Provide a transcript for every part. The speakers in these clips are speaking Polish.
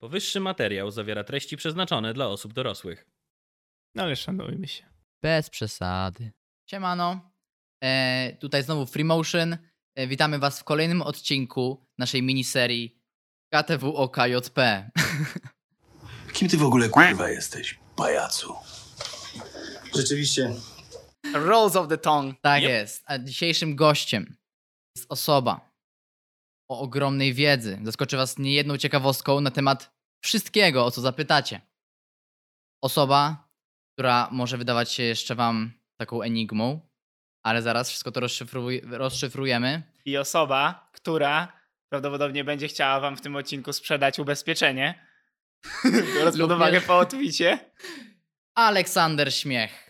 Powyższy materiał zawiera treści przeznaczone dla osób dorosłych. No ale szanujmy się. Bez przesady. Siemano. Tutaj znowu Freemotion. Witamy was w kolejnym odcinku naszej miniserii KTWOKJP. Kim ty w ogóle kurwa jesteś, pajacu? Rzeczywiście. Rolls of the tongue. Tak jest. A dzisiejszym gościem jest osoba o ogromnej wiedzy. Zaskoczy was niejedną ciekawostką na temat wszystkiego, o co zapytacie. Osoba, która może wydawać się jeszcze wam taką enigmą, ale zaraz wszystko to rozszyfrujemy. I osoba, która prawdopodobnie będzie chciała wam w tym odcinku sprzedać ubezpieczenie. Biorąc pod uwagę po otwicie. Aleksander Śmiech.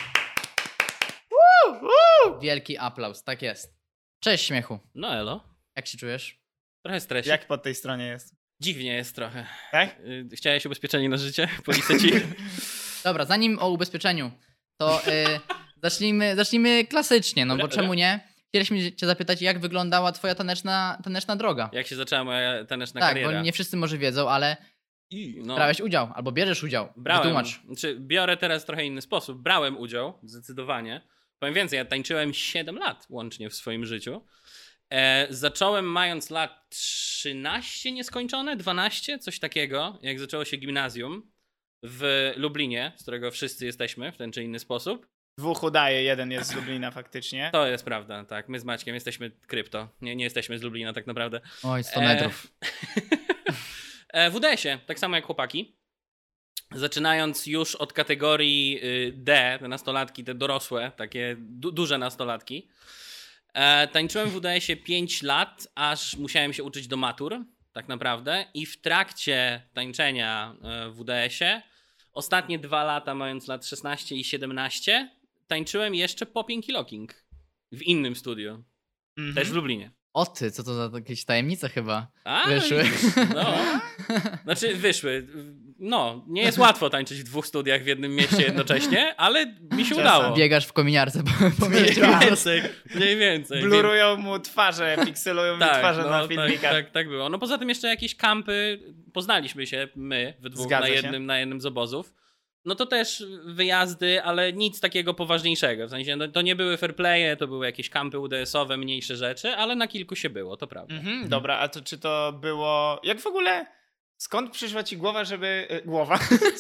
Wielki aplauz, tak jest. Cześć Śmiechu. No elo. Jak się czujesz? Trochę stresik. Jak po tej stronie jest? Dziwnie jest trochę. Tak? Chciałeś ubezpieczenie na życie? Policję ci? Dobra, zanim o ubezpieczeniu, to zacznijmy klasycznie, no bo czemu nie? Chcieliśmy cię zapytać, jak wyglądała twoja taneczna droga. Jak się zaczęła moja taneczna Tak, kariera? bo nie wszyscy może wiedzą, ale brałeś udział, albo bierzesz udział. Brałem. Wytłumacz. Znaczy, biorę teraz w trochę inny sposób. Brałem udział, zdecydowanie. Powiem więcej, ja tańczyłem 7 lat łącznie w swoim życiu. Zacząłem mając lat 13 nieskończone, 12, coś takiego, jak zaczęło się gimnazjum w Lublinie, z którego wszyscy jesteśmy w ten czy inny sposób. Dwóch udaje, jeden jest z Lublina faktycznie. To jest prawda, tak. My z Maćkiem jesteśmy krypto. Nie jesteśmy z Lublina tak naprawdę. Oj, 100 metrów. W WDS-ie, tak samo jak chłopaki. Zaczynając już od kategorii D, te nastolatki, te dorosłe, takie duże nastolatki. Tańczyłem w WDS-ie 5 lat, aż musiałem się uczyć do matur, tak naprawdę. I w trakcie tańczenia w WDS-ie, ostatnie 2 lata, mając lat 16 i 17, tańczyłem jeszcze popping i locking w innym studiu, też w Lublinie. O ty, co to za jakieś tajemnice chyba A, wyszły. No. Znaczy wyszły. No, nie jest łatwo tańczyć w 2 studiach w jednym mieście jednocześnie, ale mi się udało. Biegasz w kominiarce po mieście. Mniej więcej. Blurują mu twarze, pikselują mu twarze na filmikach. Tak było. No poza tym jeszcze jakieś kampy, poznaliśmy się my we dwóch na jednym z obozów. No to też wyjazdy, ale nic takiego poważniejszego. W sensie to nie były fair playe, to były jakieś kampy UDS-owe, mniejsze rzeczy, ale na kilku się było, to prawda. Dobra, a to czy to było... Jak w ogóle... Skąd przyszła ci głowa, żeby... Głowa?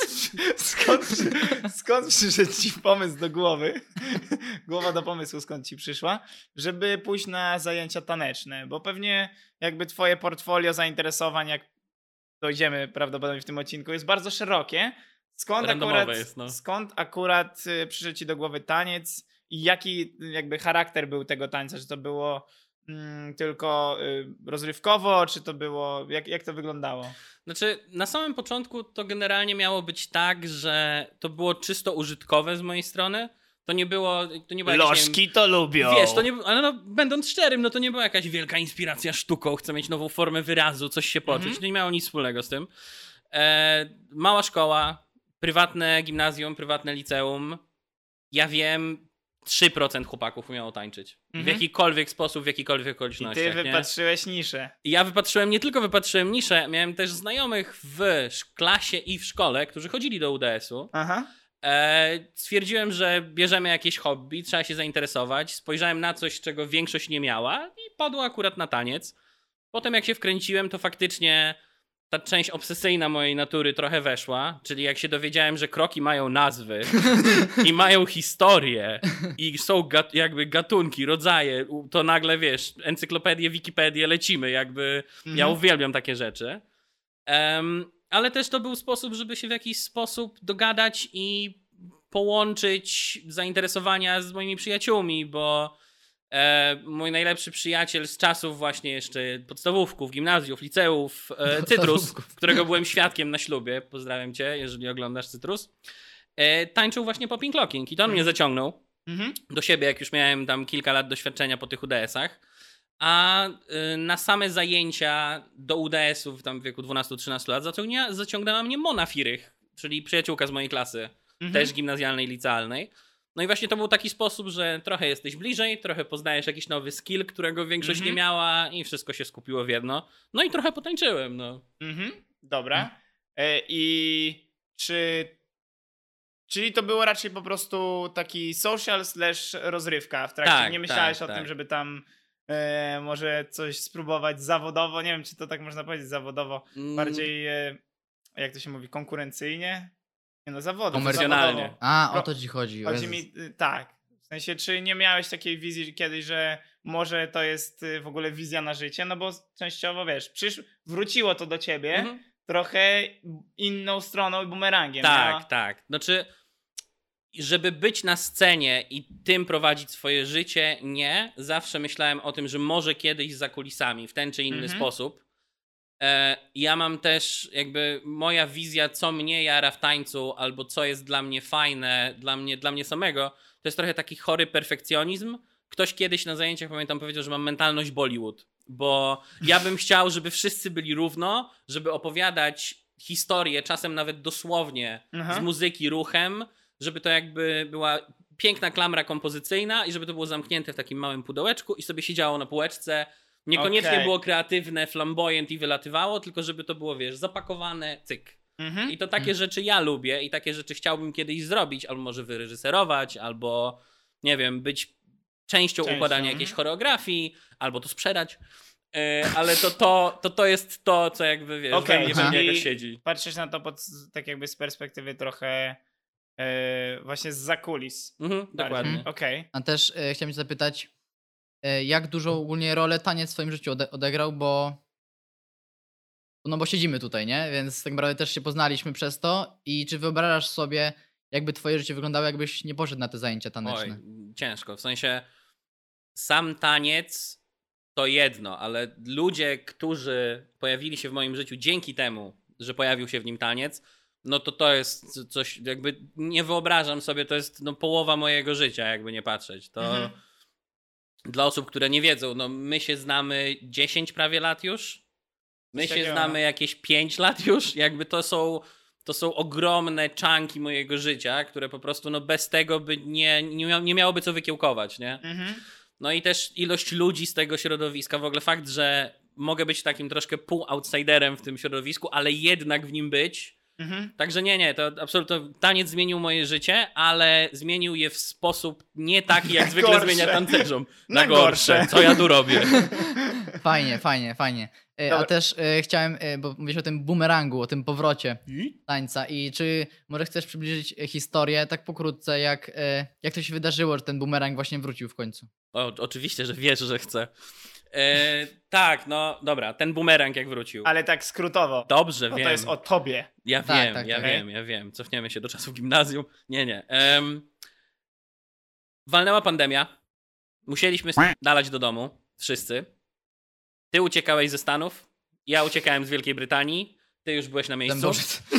Skąd przyszedł ci pomysł do głowy? Głowa do pomysłu skąd ci przyszła? Żeby pójść na zajęcia taneczne, bo pewnie jakby twoje portfolio zainteresowań, jak dojdziemy prawdopodobnie w tym odcinku, jest bardzo szerokie. Skąd akurat przyszedł ci do głowy taniec i jaki jakby charakter był tego tańca? Czy to było tylko rozrywkowo, czy to było... Jak to wyglądało? Znaczy, na samym początku to generalnie miało być tak, że to było czysto użytkowe z mojej strony. To nie była Lożki jakaś, to lubią. Wiesz, to nie, ale no, będąc szczerym, no to nie była jakaś wielka inspiracja sztuką, chcę mieć nową formę wyrazu, coś się poczuć. To nie miało nic wspólnego z tym. Mała szkoła, prywatne gimnazjum, prywatne liceum. Ja wiem, 3% chłopaków umiało tańczyć. W jakikolwiek sposób, w jakikolwiek okolicznościach. I ty wypatrzyłeś niszę. I ja nie tylko wypatrzyłem niszę, miałem też znajomych w klasie i w szkole, którzy chodzili do UDS-u. Aha. Stwierdziłem, że bierzemy jakieś hobby, trzeba się zainteresować. Spojrzałem na coś, czego większość nie miała i padło akurat na taniec. Potem jak się wkręciłem, to faktycznie ta część obsesyjna mojej natury trochę weszła, czyli jak się dowiedziałem, że kroki mają nazwy i mają historię i są jakby gatunki, rodzaje, to nagle wiesz, encyklopedię, Wikipedię, lecimy jakby, ja uwielbiam takie rzeczy. Ale też to był sposób, żeby się w jakiś sposób dogadać i połączyć zainteresowania z moimi przyjaciółmi, bo mój najlepszy przyjaciel z czasów właśnie jeszcze podstawówków, gimnazjów, liceów, Cytrus, którego byłem świadkiem na ślubie, pozdrawiam cię, jeżeli oglądasz Cytrus, tańczył właśnie popping locking i to on mnie zaciągnął do siebie, jak już miałem tam kilka lat doświadczenia po tych UDS-ach, a na same zajęcia do UDS-ów tam w wieku 12-13 lat zaciągnęła mnie Mona Firych, czyli przyjaciółka z mojej klasy, też gimnazjalnej, licealnej. No i właśnie to był taki sposób, że trochę jesteś bliżej, trochę poznajesz jakiś nowy skill, którego większość nie miała i wszystko się skupiło w jedno. No i trochę potańczyłem, no. Dobra. I czyli to było raczej po prostu taki social / rozrywka w trakcie. Tak, Nie myślałeś tak, o tym, tak. żeby tam może coś spróbować zawodowo. Nie wiem, czy to tak można powiedzieć zawodowo. Bardziej, jak to się mówi, konkurencyjnie? Nie no, zawodowo. Komercjonalnie. zawodowo. A, o Pro- to ci chodzi. o Chodzi Jezus. mi, tak. W sensie, czy nie miałeś takiej wizji kiedyś, że może to jest w ogóle wizja na życie? No bo częściowo, wiesz, wróciło to do ciebie Mhm. trochę inną stroną i bumerangiem. Tak, tak. Znaczy, żeby być na scenie i tym prowadzić swoje życie, nie. Zawsze myślałem o tym, że może kiedyś za kulisami, w ten czy inny sposób. Ja mam też jakby moja wizja, co mnie jara w tańcu, albo co jest dla mnie fajne, dla mnie samego, to jest trochę taki chory perfekcjonizm. Ktoś kiedyś na zajęciach, pamiętam, powiedział, że mam mentalność Bollywood, bo ja bym chciał, żeby wszyscy byli równo, żeby opowiadać historię, czasem nawet dosłownie, z muzyki, ruchem, żeby to jakby była piękna klamra kompozycyjna i żeby to było zamknięte w takim małym pudełeczku i sobie siedziało na półeczce. Niekoniecznie Okej. było kreatywne, flamboyant i wylatywało, tylko żeby to było, wiesz, zapakowane, cyk. I to takie rzeczy ja lubię i takie rzeczy chciałbym kiedyś zrobić, albo może wyreżyserować, albo nie wiem, być częścią układania jakiejś choreografii, albo to sprzedać. Ale to jest to, co jakby, wiesz, we mnie pewnie czyli jakoś siedzi. patrzysz na to tak jakby z perspektywy trochę właśnie zza kulis. Dokładnie. Okej. A też chciałem cię zapytać, jak dużą ogólnie rolę taniec w swoim życiu odegrał, bo siedzimy tutaj, nie? Więc tak naprawdę też się poznaliśmy przez to i czy wyobrażasz sobie, jakby twoje życie wyglądało, jakbyś nie poszedł na te zajęcia taneczne? Oj, ciężko. W sensie sam taniec to jedno, ale ludzie, którzy pojawili się w moim życiu dzięki temu, że pojawił się w nim taniec, no to jest coś, jakby nie wyobrażam sobie, to jest połowa mojego życia, jakby nie patrzeć. To dla osób, które nie wiedzą, no my się znamy 10 prawie lat już. My się znamy jakieś 5 lat już. Jakby to są ogromne czanki mojego życia, które po prostu bez tego by nie miałoby co wykiełkować, nie? No i też ilość ludzi z tego środowiska, w ogóle fakt, że mogę być takim troszkę pół-outsiderem w tym środowisku, ale jednak w nim być. Także nie, to absolutnie taniec zmienił moje życie, ale zmienił je w sposób nie taki, jak zwykle gorsze. zmienia tancerzom. Na gorsze. Co ja tu robię? Fajnie. A też chciałem, bo mówisz o tym bumerangu, o tym powrocie tańca i czy może chcesz przybliżyć historię tak pokrótce, jak to się wydarzyło, że ten bumerang właśnie wrócił w końcu? Oczywiście, że wiesz, że chcę. Tak, no dobra, ten bumerang jak wrócił. Ale tak skrótowo. Dobrze, Bo wiem. to jest o tobie. Ja Tak, wiem, tak, ja tak. wiem, ja wiem. Cofniemy się do czasów gimnazjum. Nie. Walnęła pandemia. Musieliśmy dalać do domu. Wszyscy. Ty uciekałeś ze Stanów. Ja uciekałem z Wielkiej Brytanii. Ty już byłeś na miejscu.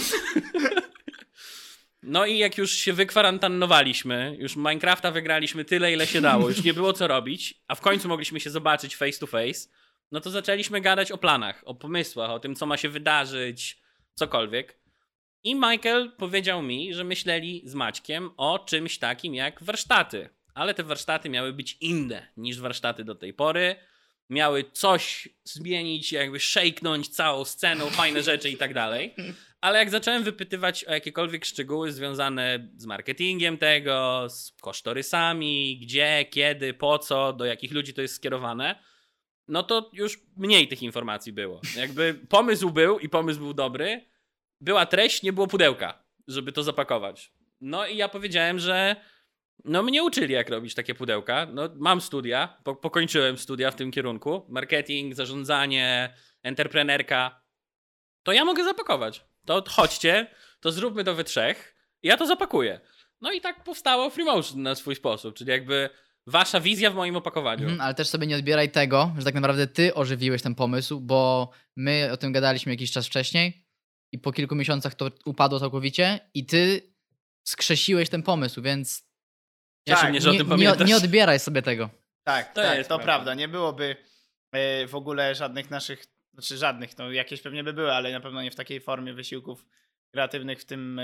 No i jak już się wykwarantannowaliśmy, już Minecrafta wygraliśmy tyle, ile się dało, już nie było co robić, a w końcu mogliśmy się zobaczyć face to face, no to zaczęliśmy gadać o planach, o pomysłach, o tym, co ma się wydarzyć, cokolwiek. I Michael powiedział mi, że myśleli z Maćkiem o czymś takim jak warsztaty, ale te warsztaty miały być inne niż warsztaty do tej pory. Miały coś zmienić, jakby szejknąć całą sceną, fajne rzeczy i tak dalej. Ale jak zacząłem wypytywać o jakiekolwiek szczegóły związane z marketingiem tego, z kosztorysami, gdzie, kiedy, po co, do jakich ludzi to jest skierowane, no to już mniej tych informacji było. Jakby pomysł był i pomysł był dobry, była treść, nie było pudełka, żeby to zapakować. No i ja powiedziałem, że mnie uczyli, jak robić takie pudełka. No, mam studia, pokończyłem studia w tym kierunku. Marketing, zarządzanie, entrepreneurka. To ja mogę zapakować. To chodźcie, to zróbmy to we trzech i ja to zapakuję. No i tak powstało Freemotion na swój sposób, czyli jakby wasza wizja w moim opakowaniu. Ale też sobie nie odbieraj tego, że tak naprawdę ty ożywiłeś ten pomysł, bo my o tym gadaliśmy jakiś czas wcześniej i po kilku miesiącach to upadło całkowicie i ty skrzesiłeś ten pomysł, więc Cieszy mnie, że o tym pamiętasz. nie odbieraj sobie tego. Tak, To jest to prawda. prawda. Nie byłoby w ogóle żadnych naszych, znaczy żadnych, no jakieś pewnie by były, ale na pewno nie w takiej formie wysiłków kreatywnych w tym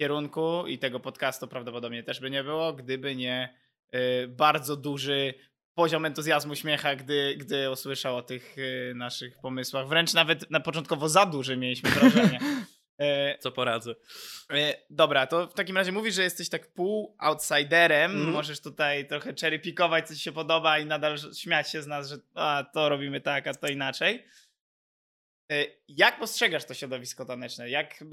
kierunku i tego podcastu prawdopodobnie też by nie było, gdyby nie bardzo duży poziom entuzjazmu śmiecha, gdy usłyszał o tych naszych pomysłach. Wręcz nawet na początkowo za duży mieliśmy wrażenie. Co poradzę. Dobra, to w takim razie mówisz, że jesteś tak pół outsiderem. Możesz tutaj trochę cherry-pickować, co ci się podoba i nadal śmiać się z nas, że to robimy tak, a to inaczej. Jak postrzegasz to środowisko taneczne?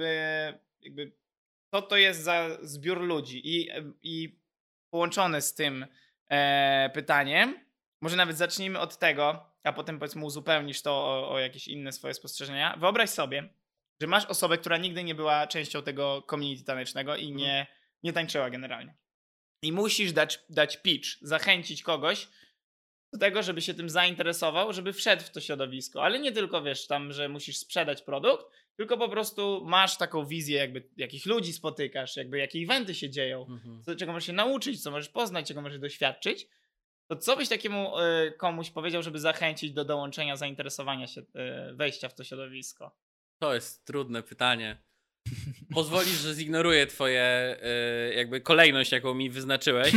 Jakby co to jest za zbiór ludzi? I połączone z tym pytaniem, może nawet zacznijmy od tego, a potem powiedzmy uzupełnisz to o jakieś inne swoje spostrzeżenia. Wyobraź sobie, że masz osobę, która nigdy nie była częścią tego community tanecznego i nie tańczyła generalnie. I musisz dać pitch, zachęcić kogoś do tego, żeby się tym zainteresował, żeby wszedł w to środowisko. Ale nie tylko, wiesz, tam, że musisz sprzedać produkt, tylko po prostu masz taką wizję, jakby jakich ludzi spotykasz, jakby jakie eventy się dzieją, czego możesz się nauczyć, co możesz poznać, czego możesz doświadczyć. To co byś takiemu komuś powiedział, żeby zachęcić do dołączenia, zainteresowania się, wejścia w to środowisko? To jest trudne pytanie. Pozwolisz, że zignoruję twoje jakby kolejność, jaką mi wyznaczyłeś.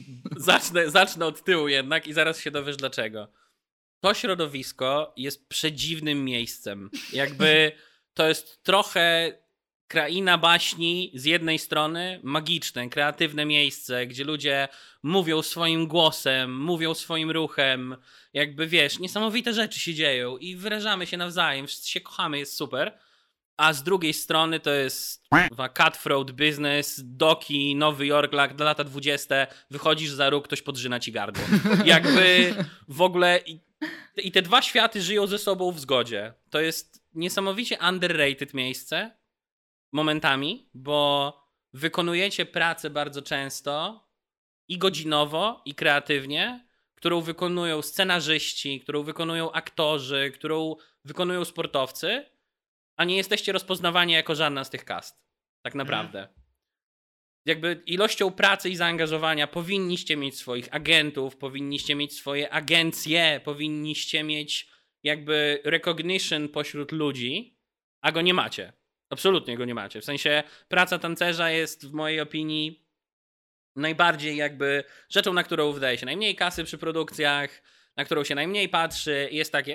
Zacznę od tyłu jednak i zaraz się dowiesz dlaczego. To środowisko jest przedziwnym miejscem. Jakby to jest trochę kraina baśni z jednej strony, magiczne, kreatywne miejsce, gdzie ludzie mówią swoim głosem, mówią swoim ruchem. Jakby wiesz, niesamowite rzeczy się dzieją i wyrażamy się nawzajem, wszyscy się kochamy, jest super. A z drugiej strony to jest cutthroat business, doki, Nowy Jork, lata 20, wychodzisz za róg, ktoś podrzyna ci gardło. Jakby w ogóle i te dwa światy żyją ze sobą w zgodzie. To jest niesamowicie underrated miejsce momentami, bo wykonujecie pracę bardzo często i godzinowo, i kreatywnie, którą wykonują scenarzyści, którą wykonują aktorzy, którą wykonują sportowcy, a nie jesteście rozpoznawani jako żadna z tych kast. Tak naprawdę. Jakby ilością pracy i zaangażowania powinniście mieć swoich agentów, powinniście mieć swoje agencje, powinniście mieć jakby recognition pośród ludzi, a go nie macie. Absolutnie go nie macie. W sensie praca tancerza jest w mojej opinii najbardziej jakby rzeczą, na którą wydaje się najmniej kasy przy produkcjach, na którą się najmniej patrzy, jest takie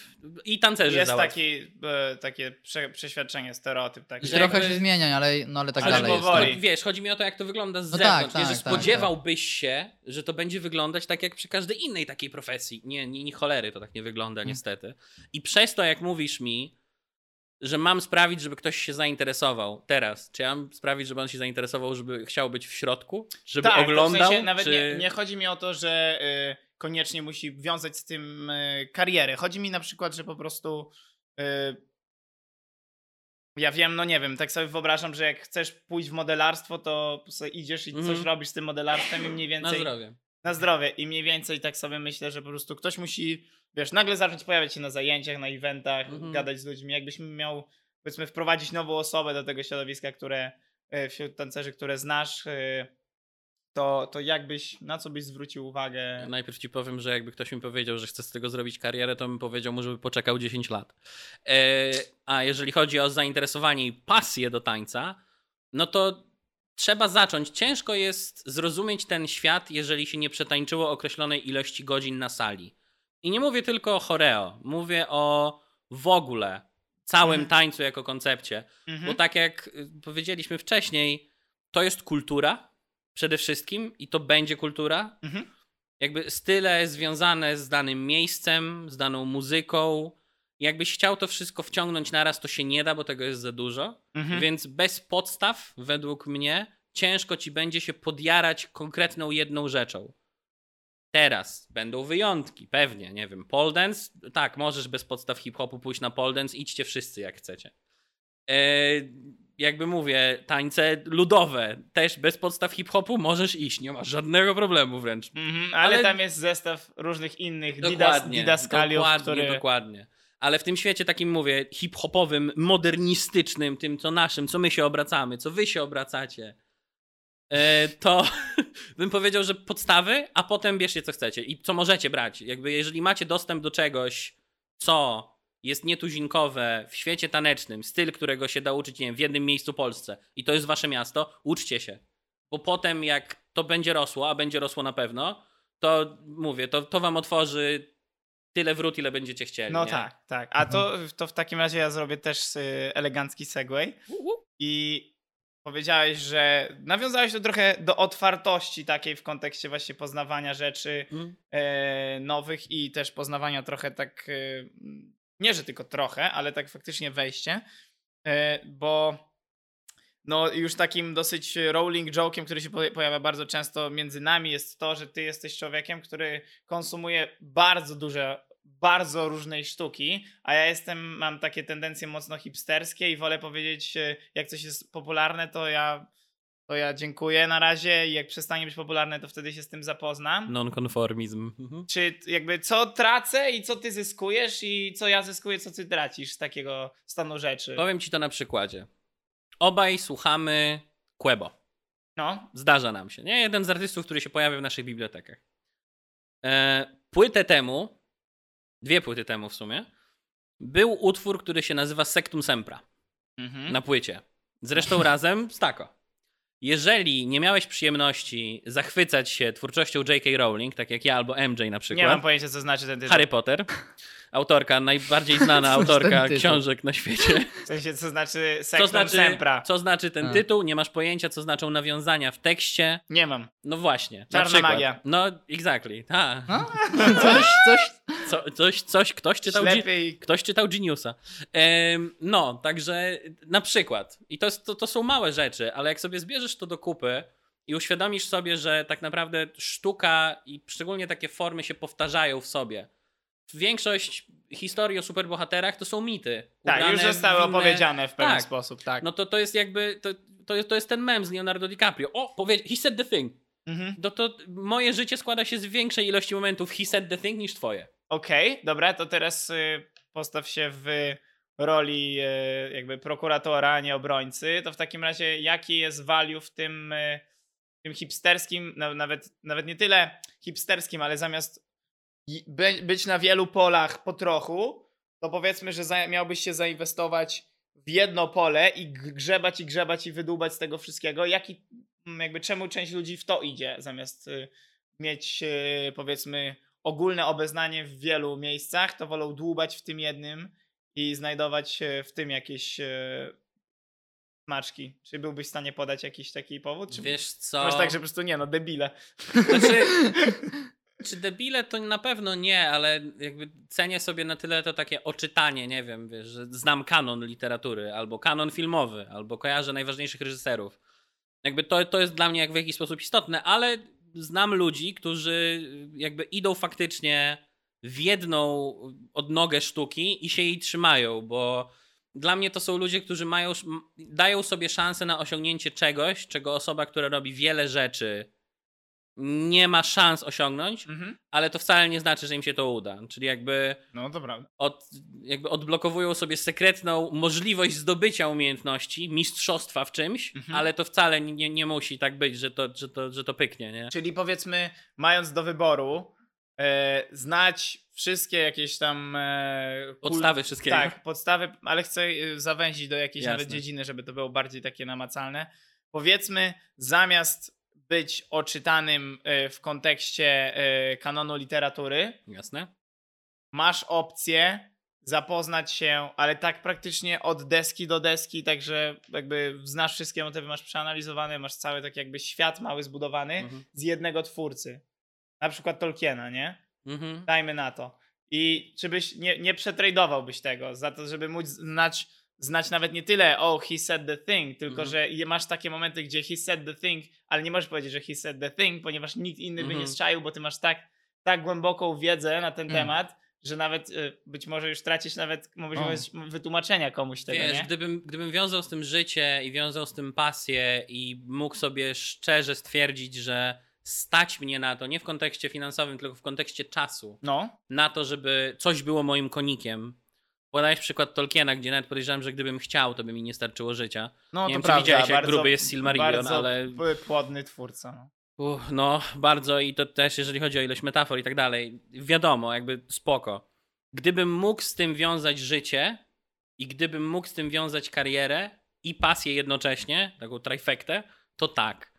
i tancerzy jest załatw. takie przeświadczenie, stereotyp taki. Trochę się zmienia, ale tak dalej jest. powoli. Wiesz, chodzi mi o to, jak to wygląda z No zewnątrz. tak, Wiesz, że tak, spodziewałbyś się, że to będzie wyglądać tak jak przy każdej innej takiej profesji. Nie cholery, to tak nie wygląda niestety. I przez to, jak mówisz mi, że mam sprawić, żeby ktoś się zainteresował teraz. Czy ja mam sprawić, żeby on się zainteresował, żeby chciał być w środku? Żeby tak, oglądał? To w sensie nawet czy... nie chodzi mi o to, że koniecznie musi wiązać z tym karierę. Chodzi mi na przykład, że po prostu ja wiem, no nie wiem, tak sobie wyobrażam, że jak chcesz pójść w modelarstwo, to sobie idziesz i coś robisz z tym modelarstwem i mniej więcej... Na zdrowie. Na zdrowie. I mniej więcej tak sobie myślę, że po prostu ktoś musi, wiesz, nagle zacząć pojawiać się na zajęciach, na eventach, gadać z ludźmi. Jakbyś miał, powiedzmy, wprowadzić nową osobę do tego środowiska, wśród tancerzy, które znasz, to jakbyś, na co byś zwrócił uwagę? Najpierw ci powiem, że jakby ktoś mi powiedział, że chce z tego zrobić karierę, to bym powiedział mu, żeby poczekał 10 lat. A jeżeli chodzi o zainteresowanie i pasję do tańca, no to trzeba zacząć. Ciężko jest zrozumieć ten świat, jeżeli się nie przetańczyło określonej ilości godzin na sali. I nie mówię tylko o choreo, mówię o w ogóle całym tańcu jako koncepcie. Bo tak jak powiedzieliśmy wcześniej, to jest kultura przede wszystkim i to będzie kultura. Jakby style związane z danym miejscem, z daną muzyką. Jakbyś chciał to wszystko wciągnąć naraz, to się nie da, bo tego jest za dużo. Więc bez podstaw, według mnie, ciężko ci będzie się podjarać konkretną jedną rzeczą. Teraz będą wyjątki, pewnie, nie wiem, pole dance, tak, możesz bez podstaw hip-hopu pójść na pole dance, idźcie wszyscy jak chcecie. Jakby mówię, tańce ludowe, też bez podstaw hip-hopu możesz iść, nie masz żadnego problemu wręcz. Ale tam jest zestaw różnych innych didaskaliów, Dokładnie. Ale w tym świecie takim, mówię, hip-hopowym, modernistycznym, tym co naszym, co my się obracamy, co wy się obracacie, to bym powiedział, że podstawy, a potem bierzcie co chcecie i co możecie brać. Jakby jeżeli macie dostęp do czegoś, co jest nietuzinkowe w świecie tanecznym, styl, którego się da uczyć, nie wiem, w jednym miejscu w Polsce i to jest wasze miasto, uczcie się. Bo potem jak to będzie rosło, a będzie rosło na pewno, to mówię, to wam otworzy tyle wrót, ile będziecie chcieli. No nie? tak. A to w takim razie ja zrobię też elegancki segway. I powiedziałeś, że nawiązałeś to trochę do otwartości takiej w kontekście właśnie poznawania rzeczy nowych i też poznawania trochę tak, nie że tylko trochę, ale tak faktycznie wejście, bo no już takim dosyć rolling joke'iem, który się pojawia bardzo często między nami jest to, że ty jesteś człowiekiem, który konsumuje bardzo różnej sztuki, a ja mam takie tendencje mocno hipsterskie i wolę powiedzieć, jak coś jest popularne, to ja dziękuję na razie i jak przestanie być popularne, to wtedy się z tym zapoznam. Nonkonformizm. Czy jakby co tracę i co ty zyskujesz i co ja zyskuję, co ty tracisz z takiego stanu rzeczy? Powiem ci to na przykładzie. Obaj słuchamy Quebo. No. Zdarza nam się, nie? Jeden z artystów, który się pojawia w naszych bibliotekach. Dwie płyty temu w sumie, był utwór, który się nazywa Sectum Sempra na płycie. Zresztą razem z Taco. Jeżeli nie miałeś przyjemności zachwycać się twórczością J.K. Rowling, tak jak ja albo MJ na przykład. Nie mam pojęcia, co znaczy ten tytuł. Harry Potter. Autorka, najbardziej znana autorka książek na świecie. W sensie, co znaczy Sectum Sempra. Co znaczy ten tytuł? Nie masz pojęcia, co znaczą nawiązania w tekście. Nie mam. No właśnie. Czarna magia. No, exactly. Ta. Ktoś czytał Geniusa. No, także na przykład. I to są małe rzeczy, ale jak sobie zbierzesz to do kupy i uświadomisz sobie, że tak naprawdę sztuka i szczególnie takie formy się powtarzają w sobie. Większość historii o superbohaterach to są mity. Tak, już zostały opowiedziane w pewien sposób, tak. No to jest jakby, to jest ten mem z Leonardo DiCaprio. He said the thing. To moje życie składa się z większej ilości momentów he said the thing niż twoje. Okej, dobra, to teraz postaw się w roli jakby prokuratora, a nie obrońcy. To w takim razie jaki jest value w tym hipsterskim, nawet nie tyle hipsterskim, ale zamiast być na wielu polach po trochu, to powiedzmy, że miałbyś się zainwestować w jedno pole i grzebać i wydłubać z tego wszystkiego. Czemu część ludzi w to idzie, zamiast mieć powiedzmy ogólne obeznanie w wielu miejscach, to wolą dłubać w tym jednym i znajdować w tym jakieś smaczki. Czy byłbyś w stanie podać jakiś taki powód? Czy wiesz co? Masz tak, że po prostu debile. Znaczy, czy debile to na pewno nie, ale jakby cenię sobie na tyle to takie oczytanie, nie wiem, wiesz, że znam kanon literatury, albo kanon filmowy, albo kojarzę najważniejszych reżyserów. Jakby to jest dla mnie jak w jakiś sposób istotne, ale znam ludzi, którzy jakby idą faktycznie w jedną odnogę sztuki i się jej trzymają, bo dla mnie to są ludzie, którzy dają sobie szansę na osiągnięcie czegoś, czego osoba, która robi wiele rzeczy, nie ma szans osiągnąć, ale to wcale nie znaczy, że im się to uda. Czyli jakby, no to prawda. Odblokowują sobie sekretną możliwość zdobycia umiejętności, mistrzostwa w czymś, ale to wcale nie musi tak być, że to pyknie. Nie? Czyli powiedzmy, mając do wyboru znać wszystkie jakieś tam podstawy wszystkiego. Tak, podstawy, ale chcę zawęzić do jakiejś nawet dziedziny, żeby to było bardziej takie namacalne. Powiedzmy, zamiast być oczytanym w kontekście kanonu literatury. Jasne. Masz opcję zapoznać się, ale tak praktycznie od deski do deski, także jakby znasz wszystkie motywy, masz przeanalizowane, masz cały tak jakby świat mały zbudowany z jednego twórcy. Na przykład Tolkiena, nie? Dajmy na to. I czy byś nie przetradowałbyś tego za to, żeby móc znać nawet nie tyle he said the thing, tylko że masz takie momenty, gdzie he said the thing, ale nie możesz powiedzieć, że he said the thing, ponieważ nikt inny by nie strzaił, bo ty masz tak głęboką wiedzę na ten temat, że nawet być może już tracisz nawet możliwość wytłumaczenia komuś tego, wiesz, nie? Gdybym wiązał z tym życie i wiązał z tym pasję i mógł sobie szczerze stwierdzić, że stać mnie na to, nie w kontekście finansowym, tylko w kontekście czasu, na to, żeby coś było moim konikiem. Podałeś przykład Tolkiena, gdzie nawet podejrzewam, że gdybym chciał, to by mi nie starczyło życia. No nie to wiem, prawda, czy widziałeś, jak bardzo, gruby jest Silmarillion, bardzo ale... płodny twórca. No, bardzo i to też, jeżeli chodzi o ilość metafor i tak dalej. Wiadomo, jakby spoko. Gdybym mógł z tym wiązać życie i gdybym mógł z tym wiązać karierę i pasję jednocześnie, taką trifektę, to tak.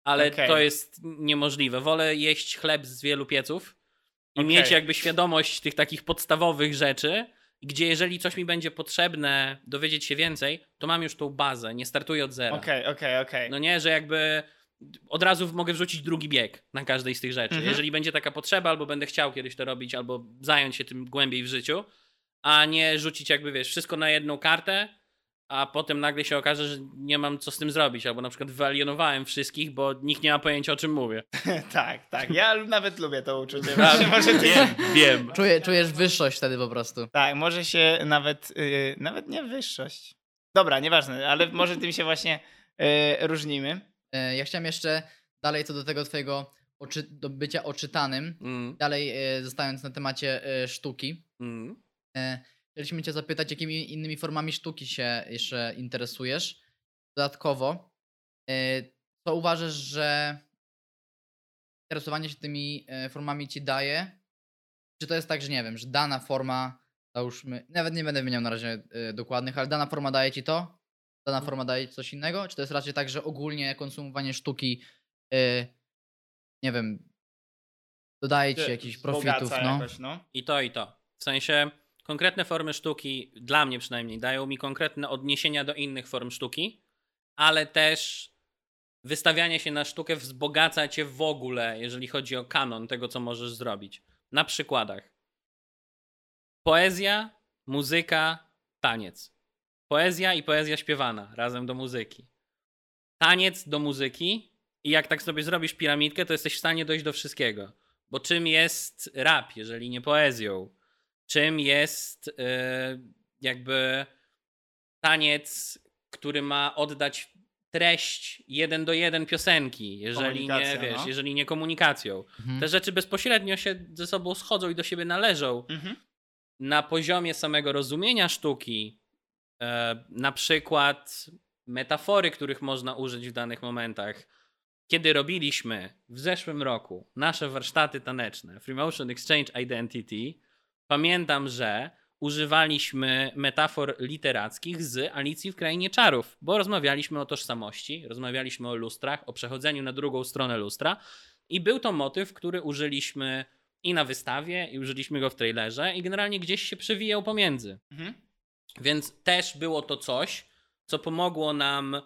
ale Okej. to jest niemożliwe. Wolę jeść chleb z wielu pieców i Okej. mieć jakby świadomość tych takich podstawowych rzeczy, gdzie jeżeli coś mi będzie potrzebne, dowiedzieć się więcej, to mam już tą bazę, nie startuję od zera. Okej. No nie, że jakby od razu mogę wrzucić drugi bieg na każdej z tych rzeczy. Mhm. Jeżeli będzie taka potrzeba, albo będę chciał kiedyś to robić, albo zająć się tym głębiej w życiu, a nie rzucić jakby, wiesz, wszystko na jedną kartę, a potem nagle się okaże, że nie mam co z tym zrobić, albo na przykład wyalienowałem wszystkich, bo nikt nie ma pojęcia, o czym mówię. Tak. Ja nawet lubię to uczucie. Tak, Może ty... Wiem. Czujesz wyższość wtedy po prostu. Tak, może się nawet nie wyższość. Dobra, nieważne, ale może tym się właśnie różnimy. Ja chciałem jeszcze dalej co do tego twojego do bycia oczytanym, dalej zostając na temacie sztuki. Chcieliśmy cię zapytać, jakimi innymi formami sztuki się jeszcze interesujesz. Dodatkowo, co uważasz, że interesowanie się tymi formami ci daje? Czy to jest tak, że nie wiem, że dana forma, załóżmy, nawet nie będę wymieniał na razie dokładnych, ale dana forma daje ci to? Dana forma daje ci coś innego? Czy to jest raczej tak, że ogólnie konsumowanie sztuki, nie wiem, dodaje ci jakichś profitów? Wzbogaca No. jakoś, no. I to, i to. W sensie konkretne formy sztuki, dla mnie przynajmniej, dają mi konkretne odniesienia do innych form sztuki, ale też wystawianie się na sztukę wzbogaca cię w ogóle, jeżeli chodzi o kanon tego, co możesz zrobić. Na przykładach. Poezja, muzyka, taniec. Poezja i poezja śpiewana razem do muzyki. Taniec do muzyki i jak tak sobie zrobisz piramidkę, to jesteś w stanie dojść do wszystkiego. Bo czym jest rap, jeżeli nie poezją? Czym jest jakby taniec, który ma oddać treść 1:1 piosenki, jeżeli nie, Komunikacja, wiesz, no. jeżeli nie komunikacją. Mhm. Te rzeczy bezpośrednio się ze sobą schodzą i do siebie należą. Na poziomie samego rozumienia sztuki, na przykład metafory, których można użyć w danych momentach. Kiedy robiliśmy w zeszłym roku nasze warsztaty taneczne Free Motion Exchange Identity, pamiętam, że używaliśmy metafor literackich z Alicji w Krainie Czarów, bo rozmawialiśmy o tożsamości, rozmawialiśmy o lustrach, o przechodzeniu na drugą stronę lustra i był to motyw, który użyliśmy i na wystawie, i użyliśmy go w trailerze i generalnie gdzieś się przewijał pomiędzy. Więc też było to coś, co pomogło nam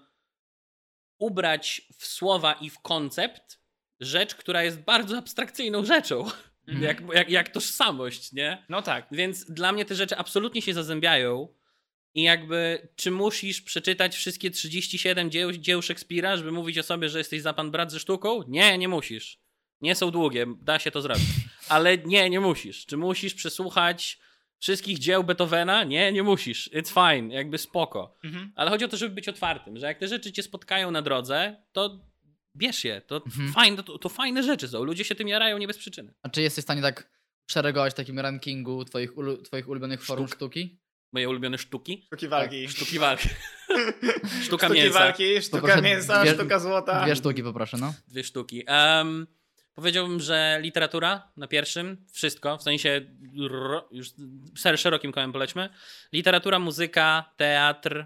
ubrać w słowa i w koncept rzecz, która jest bardzo abstrakcyjną rzeczą. Jak tożsamość, nie? No tak. Więc dla mnie te rzeczy absolutnie się zazębiają i jakby czy musisz przeczytać wszystkie 37 dzieł Szekspira, żeby mówić o sobie, że jesteś za pan brat ze sztuką? Nie, nie musisz. Nie są długie, da się to zrobić. Ale nie musisz. Czy musisz przesłuchać wszystkich dzieł Beethovena? Nie musisz. It's fine, jakby spoko. Ale chodzi o to, żeby być otwartym, że jak te rzeczy cię spotkają na drodze, to bierz je. To fajne, to fajne rzeczy są. Ludzie się tym jarają nie bez przyczyny. A czy jesteś w stanie tak szeregować w takim rankingu twoich ulubionych form sztuki? Moje ulubione sztuki? Sztuki walki. Sztuki walki. Sztuka Sztuki mięsa. walki, sztuka Poproszę mięsa, dwie- sztuka złota. 2 sztuki poproszę, no. 2 sztuki. Powiedziałbym, że literatura na pierwszym. Wszystko. W sensie już szerokim kołem polećmy. Literatura, muzyka, teatr,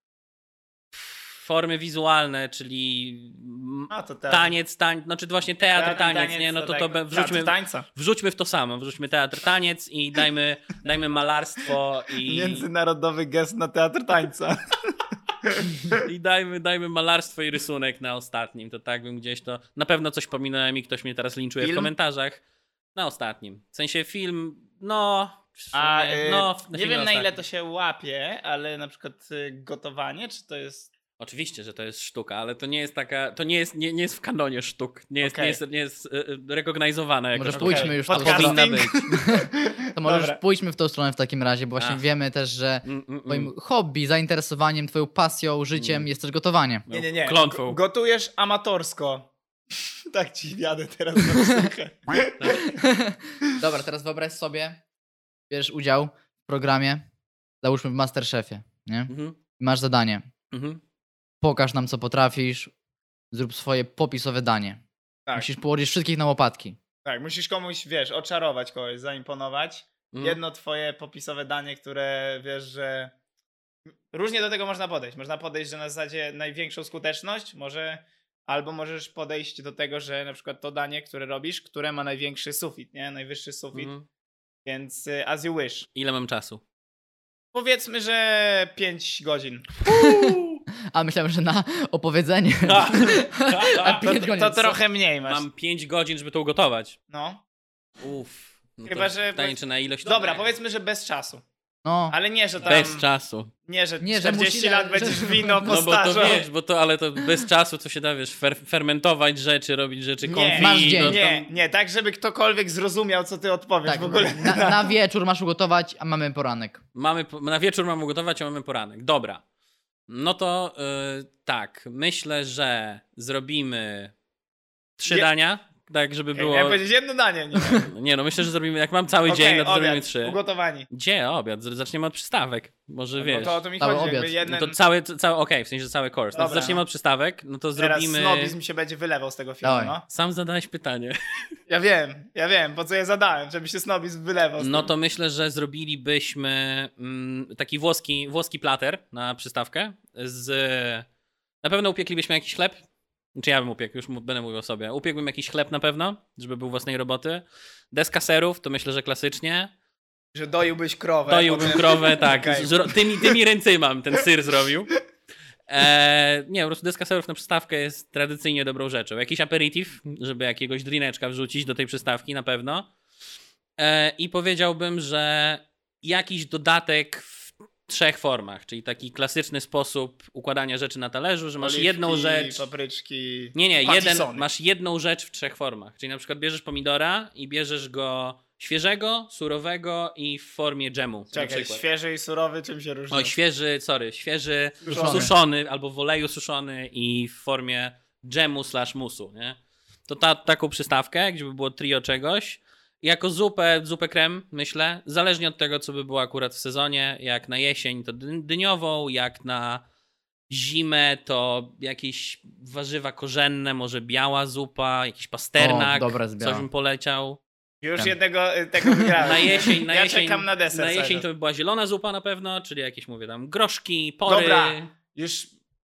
formy wizualne, czyli A, to teatr. taniec, znaczy właśnie teatr, taniec, nie? No to wrzućmy tańca. wrzućmy w to samo. Wrzućmy teatr, taniec i dajmy malarstwo i... Międzynarodowy gest na teatr tańca. I dajmy malarstwo i rysunek na ostatnim. To tak bym gdzieś to... Na pewno coś pominąłem i ktoś mnie teraz linczuje w komentarzach. Na ostatnim. W sensie film, no... A na nie filmie wiem na ile ostatnim. to się łapie, ale na przykład gotowanie, czy to jest... Oczywiście, że to jest sztuka, ale to nie jest taka... To nie jest w kanonie sztuk. Nie jest, Okej. nie jest recognizowane jako Może sztuka. pójdźmy już w tą Podcasting. stronę. Powinna być. To może Dobra. już pójdźmy w tą stronę w takim razie, bo właśnie Ach. wiemy też, że twoim hobby, zainteresowaniem, twoją pasją, życiem jest też gotowanie. Nie. Klątwą. Gotujesz amatorsko. Tak ci jadę teraz na słuchę. Dobra, teraz wyobraź sobie, bierzesz udział w programie, załóżmy w Masterchefie, nie? Mhm. Masz zadanie. Mhm. Pokaż nam, co potrafisz, zrób swoje popisowe danie. Tak. Musisz położyć wszystkich na łopatki. Tak, musisz komuś, wiesz, oczarować kogoś, zaimponować. Jedno twoje popisowe danie, które wiesz, że różnie do tego można podejść. Można podejść, że na zasadzie największą skuteczność może, albo możesz podejść do tego, że na przykład to danie, które robisz, które ma największy sufit, nie? Najwyższy sufit, więc as you wish. Ile mam czasu? Powiedzmy, że 5 godzin. A myślałem, że na opowiedzenie. A To, 5 godzin, to co? trochę mniej masz. Mam 5 godzin, żeby to ugotować. No. Uff. No Chyba, to że- pytanie, czy na ilość... Dobra, powiedzmy, że bez czasu. No, Ale nie, że tam... Bez czasu. Nie, że Nie, że 40 musi- lat że- będziesz wino No bo to postarzał. wiesz, ale to bez czasu, co się da, wiesz, fermentować rzeczy, robić rzeczy Nie, konfi. masz dzień. no, Nie, tak, żeby ktokolwiek zrozumiał, co ty odpowiesz tak, w ogóle. na wieczór masz ugotować, a mamy poranek. na wieczór mamy ugotować, a mamy poranek. Dobra. No to tak, myślę, że zrobimy 3 dania, tak żeby było... Miałem powiedzieć jedno danie. Nie, Nie no, myślę, że zrobimy, jak mam cały dzień, no to obiad, zrobimy 3. ugotowani. Gdzie obiad? Zaczniemy od przystawek. Może No wiesz. to o to mi Cały chodzi, jakby obiad. jeden... No to cały okej, w sensie, że cały course. No to Dobra, zaczniemy no. od przystawek, no to Teraz zrobimy... snobizm się będzie wylewał z tego filmu, Dawaj. no. Sam zadałeś pytanie. Ja wiem, po co je zadałem, żeby się snobizm wylewał. Z No tym. to myślę, że zrobilibyśmy taki włoski plater na przystawkę. Na pewno upieklibyśmy jakiś chleb. Czy ja bym upiekł, już będę mówił o sobie. Upiekłbym jakiś chleb na pewno, żeby był własnej roboty. Deska serów, to myślę, że klasycznie. Że doiłbyś krowę. Doiłbym potem- krowę, tak. Okej. Tymi ręcyma ten syr zrobił. Nie, po prostu deska serów na przystawkę jest tradycyjnie dobrą rzeczą. Jakiś aperitif, żeby jakiegoś drineczka wrzucić do tej przystawki na pewno. I powiedziałbym, że jakiś dodatek w 3 formach, czyli taki klasyczny sposób układania rzeczy na talerzu, że masz Oliwki, jedną rzecz... papryczki, Nie, patisony. masz jedną rzecz w 3 formach. Czyli na przykład bierzesz pomidora i bierzesz go świeżego, surowego i w formie dżemu. na Czekaj, przykład. świeży i surowy czym się różni? Oj, świeży, Suszony. suszony albo w oleju suszony i w formie dżemu / musu, nie? To taką przystawkę, gdzie by było trio czegoś. I jako zupę krem, myślę, zależnie od tego, co by było akurat w sezonie, jak na jesień to dyniową, jak na zimę to jakieś warzywa korzenne, może biała zupa, jakiś pasternak, O, dobra z biała. coś bym poleciał. Już Tam. jednego tego wygrałem. Na ja jesień, czekam na deser. Na jesień cały to czas. by była zielona zupa na pewno, czyli jakieś, mówię tam, groszki, pory. Dobra, już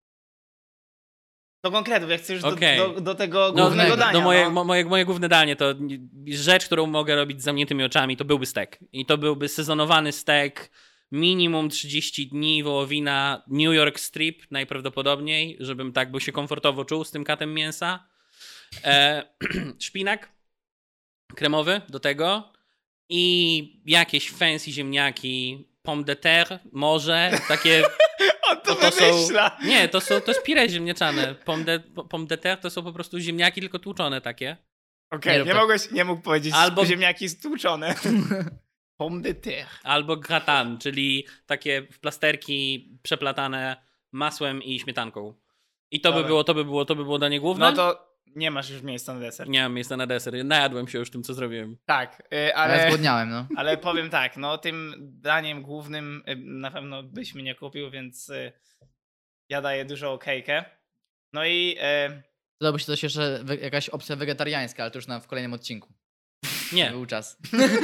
do konkretów, jak chcesz Okej. do tego No, głównego dania. moje główne danie to rzecz, którą mogę robić z zamkniętymi oczami, to byłby stek. I to byłby sezonowany stek, minimum 30 dni, wołowina, New York Strip najprawdopodobniej, żebym tak był się komfortowo czuł z tym katem mięsa. Szpinak kremowy do tego i jakieś fancy ziemniaki, pomme de terre, może takie... On to to są- wymyśla. Nie, to jest pire ziemniaczane. Pomme de terre to są po prostu ziemniaki, tylko tłuczone takie. Okej, Nie rób tak. nie mógł powiedzieć Albo- ziemniaki stłuczone. Pomme de terre. Albo gratin, czyli takie w plasterki przeplatane masłem i śmietanką. I to by było danie główne? No to nie masz już miejsca na deser. Nie mam miejsca na deser. Najadłem się już tym, co zrobiłem. Tak, Ale ale... zgłodniałem, no. Ale powiem tak, no tym daniem głównym na pewno byś mnie nie kupił, więc ja daję dużą okejkę. No i Dodałby się też jeszcze jakaś opcja wegetariańska, ale to już w kolejnym odcinku. Nie. Był czas.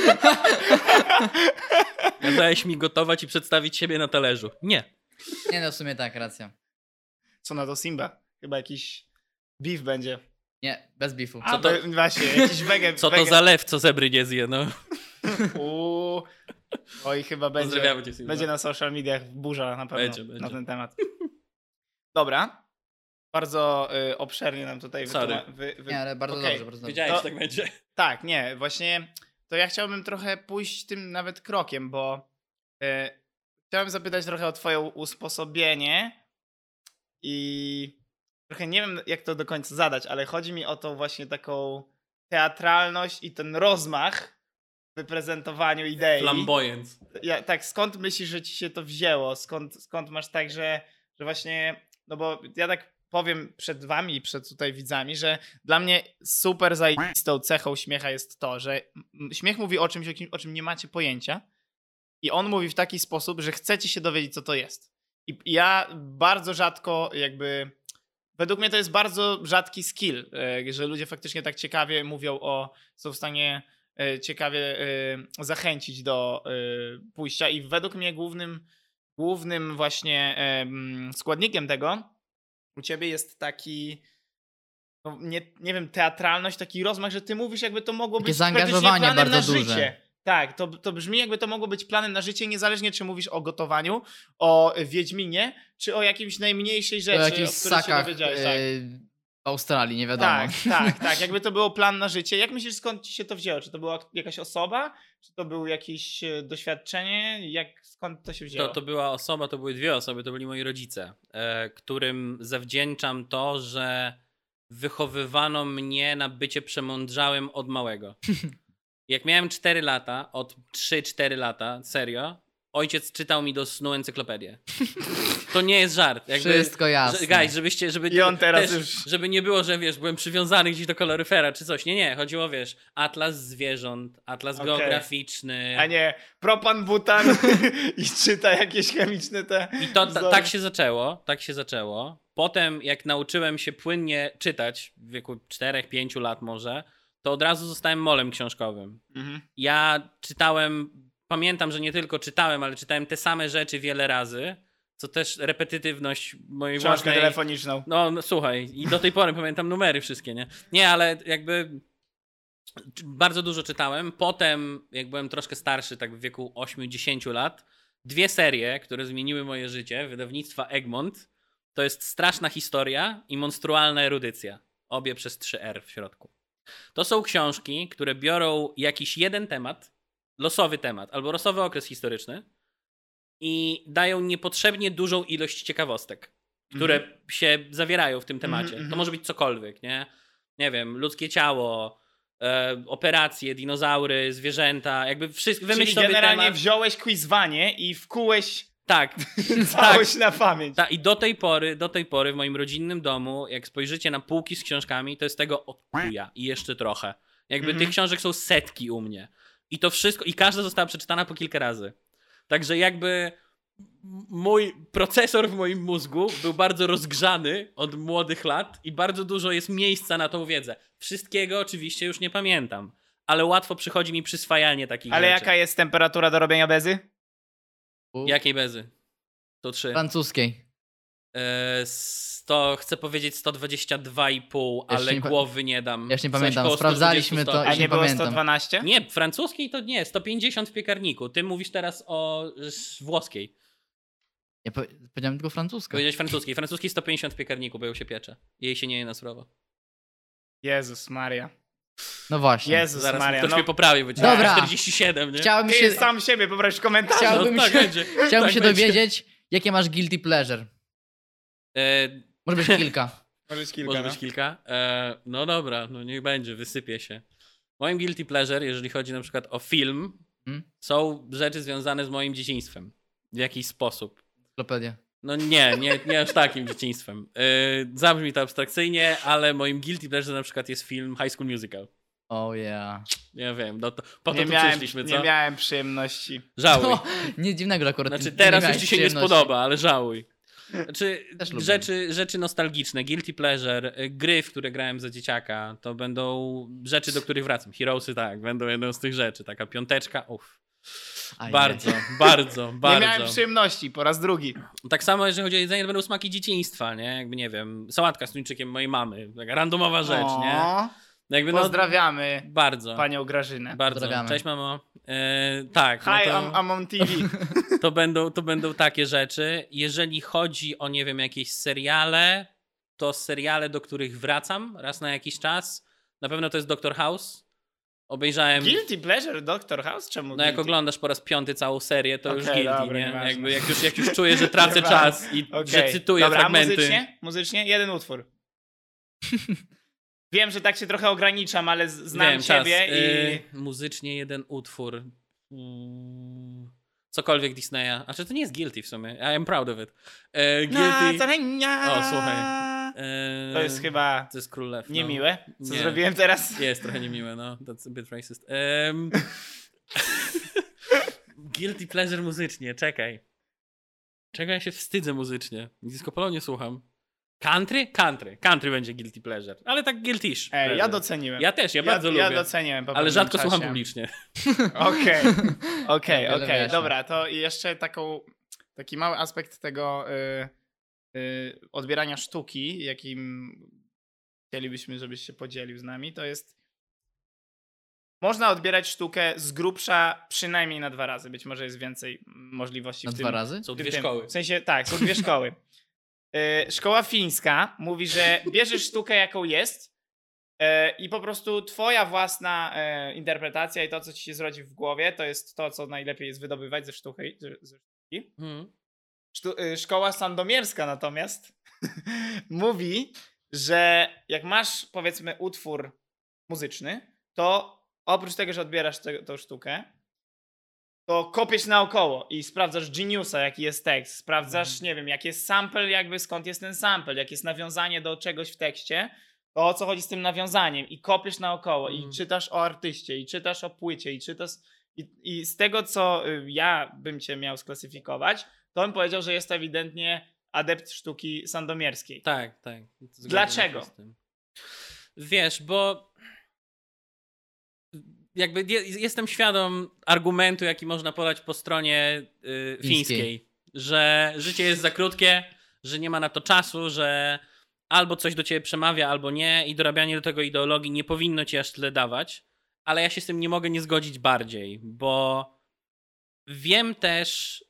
Kazałeś mi gotować i przedstawić siebie na talerzu. Nie. Nie no, w sumie tak, racja. co na to Simba? Chyba jakiś beef będzie. Nie, bez bifu. A, to- właśnie, jakiś wege... Co to za lew, co zebry nie zje, no. Uuu. Oj, chyba będzie, Pozdrawiamy cię, Simba. będzie na social mediach burza na pewno Będzie. na ten temat. Dobra. Bardzo obszernie nam tutaj Sorry. Nie, ale bardzo okej. dobrze, bardzo dobrze. Wiedziałeś, To- że tak będzie. Tak, nie, właśnie to ja chciałbym trochę pójść tym nawet krokiem, bo chciałem zapytać trochę o twoje usposobienie i trochę nie wiem, jak to do końca zadać, ale chodzi mi o tą właśnie taką teatralność i ten rozmach w wyprezentowaniu idei. Flamboyance. Tak, skąd myślisz, że ci się to wzięło? Skąd masz tak, że właśnie, no bo ja tak powiem przed wami i przed tutaj widzami, że dla mnie super zajebistą cechą śmiecha jest to, że śmiech mówi o czymś, o czym nie macie pojęcia i on mówi w taki sposób, że chcecie się dowiedzieć, co to jest. I ja bardzo rzadko jakby... Według mnie to jest bardzo rzadki skill, że ludzie faktycznie tak ciekawie mówią są w stanie ciekawie zachęcić do pójścia i według mnie głównym właśnie składnikiem tego u ciebie jest taki no, nie wiem, teatralność, taki rozmach, że ty mówisz, jakby to mogło Takie być praktycznie zaangażowanie planem bardzo na duże. życie. Tak, to brzmi jakby to mogło być planem na życie, niezależnie czy mówisz o gotowaniu, o Wiedźminie, czy o jakimś najmniejszej rzeczy, O jakichś o której się ssakach dowiedziałeś. Tak. w Australii, nie wiadomo. Tak, jakby to było plan na życie. Jak myślisz, skąd ci się to wzięło? Czy to była jakaś osoba? Czy to było jakieś doświadczenie? Skąd to się wzięło? To była osoba, to były dwie osoby, to byli moi rodzice, którym zawdzięczam to, że wychowywano mnie na bycie przemądrzałym od małego. Jak miałem 4 lata, od 3-4 lata, serio, ojciec czytał mi do snu encyklopedię. To nie jest żart. Wszystko jasne. Guys, żeby I on teraz też, już- żeby nie było, że wiesz, byłem przywiązany gdzieś do koloryfera czy coś. Nie, chodziło, wiesz, atlas zwierząt, atlas Okej. geograficzny. A nie propan, butan i czyta jakieś chemiczne te I to wzory. tak się zaczęło. Potem jak nauczyłem się płynnie czytać w wieku 4-5 lat może, to od razu zostałem molem książkowym. Mhm. Ja czytałem, pamiętam, że nie tylko czytałem, ale czytałem te same rzeczy wiele razy, co też repetytywność mojej Książkę własnej... telefoniczną. No słuchaj, i do tej pory pamiętam numery wszystkie, nie? Nie, ale jakby bardzo dużo czytałem. Potem, jak byłem troszkę starszy, tak w wieku 8-10 lat, 2 serie, które zmieniły moje życie, wydawnictwa Egmont, to jest Straszna historia i Monstrualna erudycja. Obie przez 3R w środku. To są książki, które biorą jakiś jeden temat, losowy temat, albo losowy okres historyczny i dają niepotrzebnie dużą ilość ciekawostek, które się zawierają w tym temacie. To może być cokolwiek, nie? Nie wiem, ludzkie ciało, operacje, dinozaury, zwierzęta, jakby wszystko. Wymyśl Czyli sobie generalnie temat. wziąłeś quizwanie i wkułeś Tak. całość na pamięć. I do tej pory w moim rodzinnym domu, jak spojrzycie na półki z książkami, to jest tego od chuja i jeszcze trochę. Jakby tych książek są setki u mnie. I to wszystko, i każda została przeczytana po kilka razy. Także jakby mój procesor w moim mózgu był bardzo rozgrzany od młodych lat i bardzo dużo jest miejsca na tą wiedzę. Wszystkiego oczywiście już nie pamiętam, ale łatwo przychodzi mi przyswajanie takich Ale rzeczy. jaka jest temperatura do robienia bezy? Jakiej bezy? To 3. Francuskiej. Chcę powiedzieć 122,5, Ja ale już nie głowy nie dam. Ja już nie Coś pamiętam, koło sprawdzaliśmy 120 to. A stopni. nie nie było pamiętam. 112? Nie, francuskiej to nie, 150 w piekarniku. Ty mówisz teraz o włoskiej. Ja powiedziałem tylko francuska. Powiedziałeś francuskiej. Francuskiej 150 w piekarniku, bo ją się piecze. Jej się nie je na surowo. Jezus Maria. No właśnie. Jezus Zaraz Maria. ktoś No, mnie poprawi, będzie Dobra. 47, nie? Chciałbym ty się, sam siebie poprawisz w komentarzu. Chciałbym tak się- będzie. chciałbym tak się będzie. dowiedzieć, jakie masz guilty pleasure. Może być kilka. Może być kilka. Może no. być kilka. No dobra, no niech będzie, wysypie się. Moim guilty pleasure, jeżeli chodzi na przykład o film, są rzeczy związane z moim dzieciństwem. W jakiś sposób. Encyklopedia. No nie aż takim dzieciństwem. Zabrzmi to abstrakcyjnie, ale moim guilty pleasure na przykład jest film High School Musical. Oh yeah. Ja wiem, no to, po to Nie tu miałem, przyszliśmy, co? nie miałem przyjemności. Żałuj. No, nic dziwnego, że akurat Znaczy nie teraz już miałeś ci się nie przyjemności. spodoba, ale żałuj. Znaczy, Też lubię. rzeczy nostalgiczne, guilty pleasure, gry, w które grałem za dzieciaka, to będą rzeczy, do których wracam. Heroesy, tak, będą jedną z tych rzeczy. Taka 5, uff. Ajaj. Bardzo. Nie miałem przyjemności, po raz drugi. Tak samo, jeżeli chodzi o jedzenie, to będą smaki dzieciństwa, nie? Jakby, nie wiem, sałatka z tuńczykiem mojej mamy. Taka randomowa rzecz, nie? O, Jakby, pozdrawiamy Bardzo. panią Grażynę. Bardzo. Pozdrawiamy. Cześć, mamo. Tak, Hi, no I'm on TV. to będą takie rzeczy. Jeżeli chodzi o, nie wiem, jakieś seriale, to seriale, do których wracam raz na jakiś czas. Na pewno to jest Doctor House. Obejrzałem... Guilty pleasure, Dr. House? Czemu No guilty? jak oglądasz po raz 5 całą serię, to już Okej, guilty, dobra, nie? nieważne. Jakby, jak już czuję, że tracę Nieważne. czas i Okej. że cytuję Dobra, fragmenty. a muzycznie? Jeden utwór. Wiem, że tak się trochę ograniczam, ale znam Wiem, ciebie czas. Muzycznie jeden utwór. Cokolwiek Disneya. A czy to nie jest guilty w sumie? I am proud of it. Guilty. O, słuchaj. To jest chyba To jest Królew. no. niemiłe, co Nie. zrobiłem teraz. Jest trochę niemiłe, no. That's a bit racist. Guilty pleasure muzycznie, czekaj. Czego ja się wstydzę muzycznie? Disco Polo nie słucham. Country? Country będzie guilty pleasure. Ale tak guiltish. Ej, ja doceniłem. Ja też, ja bardzo lubię. Ja doceniłem po Ale pewnym rzadko czasie. słucham publicznie. Okej. Wiele wyjaśnia. Dobra, to jeszcze taki mały aspekt tego odbierania sztuki, jakim chcielibyśmy, żebyś się podzielił z nami, to jest można odbierać sztukę z grubsza przynajmniej na 2 razy. Być może jest więcej możliwości Na w 2 tym. razy? Są w dwie tym. szkoły. W sensie, tak, są 2 szkoły. Szkoła fińska mówi, że bierzesz sztukę jaką jest i po prostu twoja własna interpretacja i to, co ci się zrodzi w głowie, to jest to, co najlepiej jest wydobywać ze sztuki. Szkoła sandomierska natomiast mówi, że jak masz, powiedzmy, utwór muzyczny, to oprócz tego, że odbierasz tą sztukę, to kopiesz naokoło i sprawdzasz geniusa, jaki jest tekst, sprawdzasz, nie wiem, jaki jest sample, jakby skąd jest ten sample, jakie jest nawiązanie do czegoś w tekście, to o co chodzi z tym nawiązaniem i kopiesz naokoło i czytasz o artyście, i czytasz o płycie, i czytasz... I z tego, co ja bym cię miał sklasyfikować, to bym powiedział, że jest ewidentnie adept sztuki sandomierskiej. Tak, tak. Zgadzam Dlaczego? się z tym. Wiesz, bo jakby jestem świadom argumentu, jaki można podać po stronie fińskiej, że życie jest za krótkie, że nie ma na to czasu, że albo coś do ciebie przemawia, albo nie i dorabianie do tego ideologii nie powinno ci aż tyle dawać, ale ja się z tym nie mogę nie zgodzić bardziej, bo wiem też,